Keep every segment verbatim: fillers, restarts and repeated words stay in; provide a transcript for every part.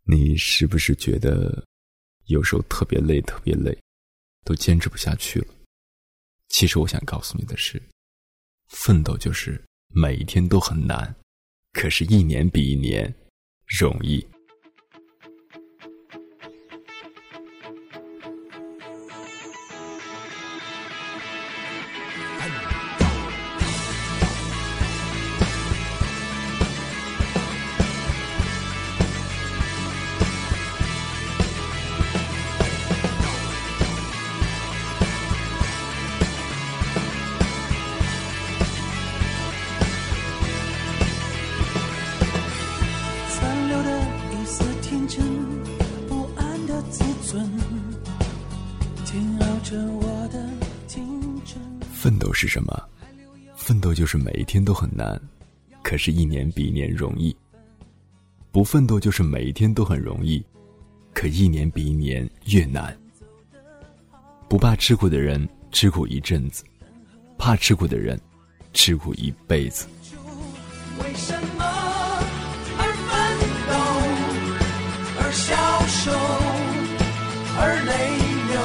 你是不是觉得有时候特别累特别累，都坚持不下去了？其实我想告诉你的是，奋斗就是每一天都很难，可是一年比一年容易。奋斗是什么？奋斗就是每一天都很难，可是一年比一年容易。不奋斗就是每一天都很容易，可一年比一年越难。不怕吃苦的人吃苦一阵子，怕吃苦的人吃苦一辈子。 为什么而奋斗，而消瘦，而泪流？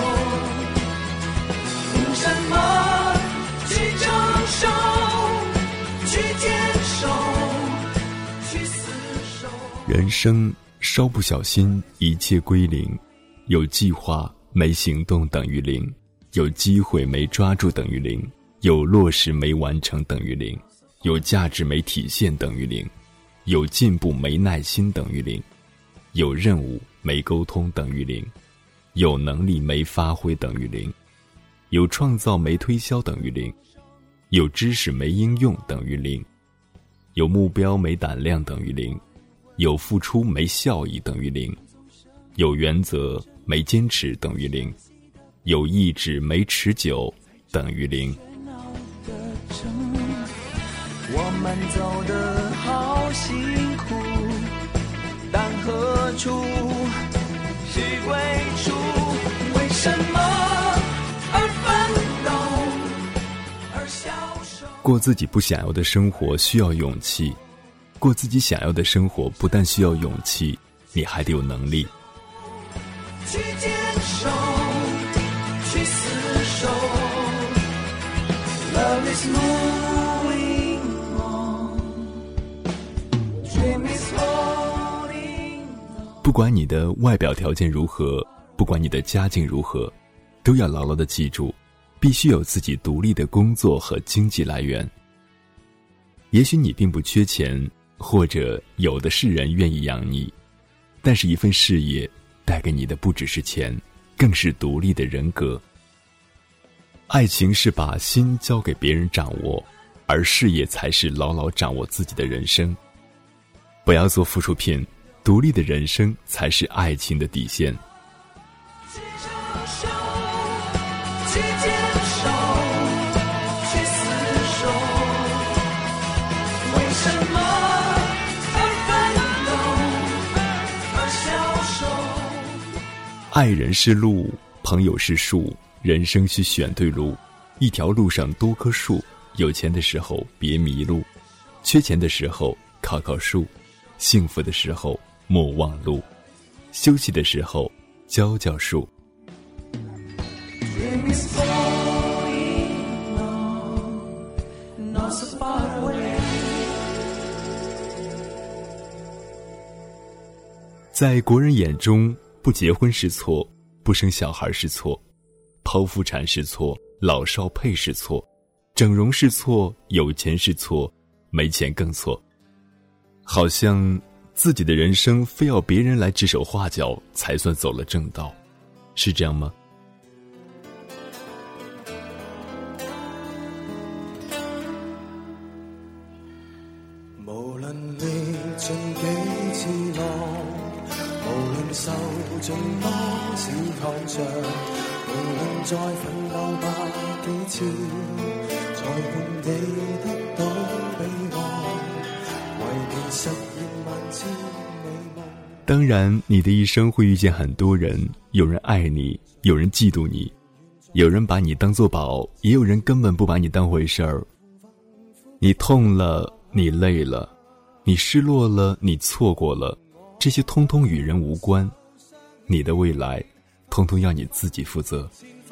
凭什么去承受，去坚守，去厮守？ 人生稍不小心一切归零，有计划没行动等于零，有机会没抓住等于零，有落实没完成等于零，有价值没体现等于零，有进步没耐心等于零，有任务没沟通等于零，有能力没发挥等于零，有创造没推销等于零，有知识没应用等于零，有目标没胆量等于零，有付出没效益等于零，有原则没坚持等于零，有意志没持久等于零。 我们走得好辛苦，但何处是归处？为什么而奋斗，而消瘦？ 过自己不想要的生活需要勇气，过自己想要的生活不但需要勇气，你还得有能力。 去坚守，去厮守。Love is moving on, dream is holding on。 不管你的外表条件如何，不管你的家境如何，都要牢牢地记住，必须有自己独立的工作和经济来源。也许你并不缺钱，或者有的是人愿意养你，但是一份事业带给你的不只是钱，更是独立的人格。爱情是把心交给别人掌握，而事业才是牢牢掌握自己的人生。不要做附属品，独立的人生才是爱情的底线。 去承受，去坚守，去厮守。为什么而奋斗，而消瘦？ 爱人是路，朋友是树，人生需选对路。一条路上多棵树，有钱的时候别迷路，缺钱的时候靠靠树，幸福的时候莫忘路，休息的时候浇浇树。 Dream is going on, not so far away。 在国人眼中，不结婚是错，不生小孩是错，剖腹产是错，老少配是错，整容是错，有钱是错，没钱更错。好像自己的人生非要别人来指手画脚才算走了正道，是这样吗？ 無論歷盡幾次浪，無論受盡多少創傷，無論再奮鬥百幾次，才換你得到彼岸，為你實現萬千美夢。 當然，你的一生會遇見很多人，有人愛你，有人嫉妒你，有人把你當作寶，也有人根本不把你當回事兒。你痛了，你累了，你失落了，你錯過了， 这些通通与人无关，你的未来通通要你自己负责。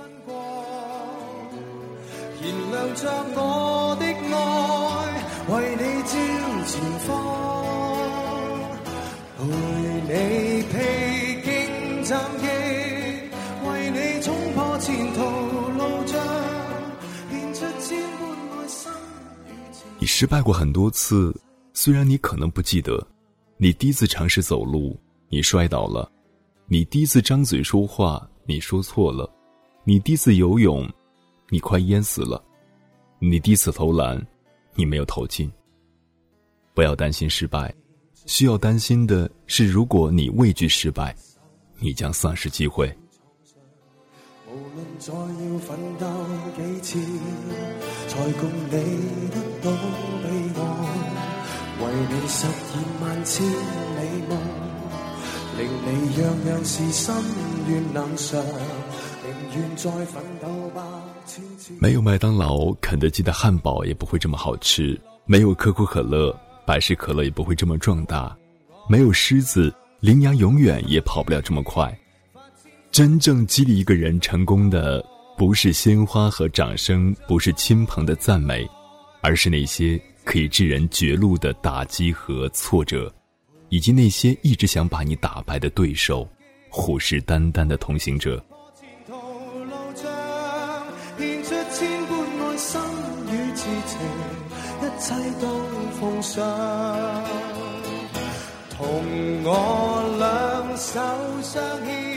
燃亮着我的愛，為你照前方，陪你披荊斬棘，為你衝破前途路障，獻出千般愛心與情。 你失敗過很多次，雖然你可能不記得，你第一次嘗試走路，你摔倒了；你第一次張嘴說話，你說錯了；你第一次游泳，你快淹死了；你第一次投籃，你沒有投進。不要擔心失敗，需要擔心的是，如果你畏懼失敗，你將喪失機會。 無論再要奮鬥幾次，才共你得到彼岸，為你實現萬千美夢，令你樣樣事心願能償，寧願再奮鬥百千次。 沒有麥當勞、肯德基的漢堡也不會這麼好吃，沒有可口可樂、百事可樂也不會這麼壯大，沒有獅子，羚羊永遠也跑不了這麼快。真正激勵一個人成功的，不是鮮花和掌聲，不是親朋的讚美，而是那些可以致人絕路的打擊和挫折，以及那些一直想把你打敗的對手，虎視眈眈的同行者。 獻出千般愛心與痴情，一切都奉上，同我兩手相牽。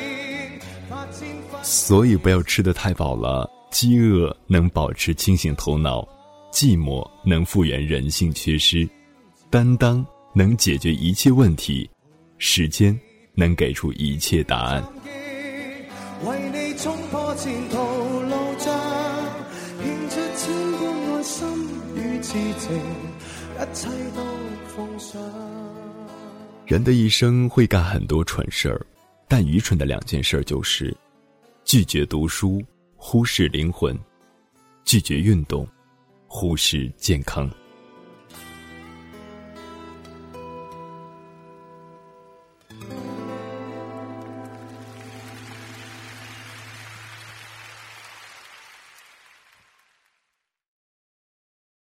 所以不要吃得太飽了，飢餓能保持清醒頭腦，寂寞能復原人性缺失，擔當能解決一切問題，時間能給出一切答案。 為你衝破前途路障，獻出千般愛心與痴情，一切都奉上。 人的一生會幹很多蠢事兒，但愚蠢的兩件事就是拒絕讀書，忽視靈魂；拒絕運動，忽視健康。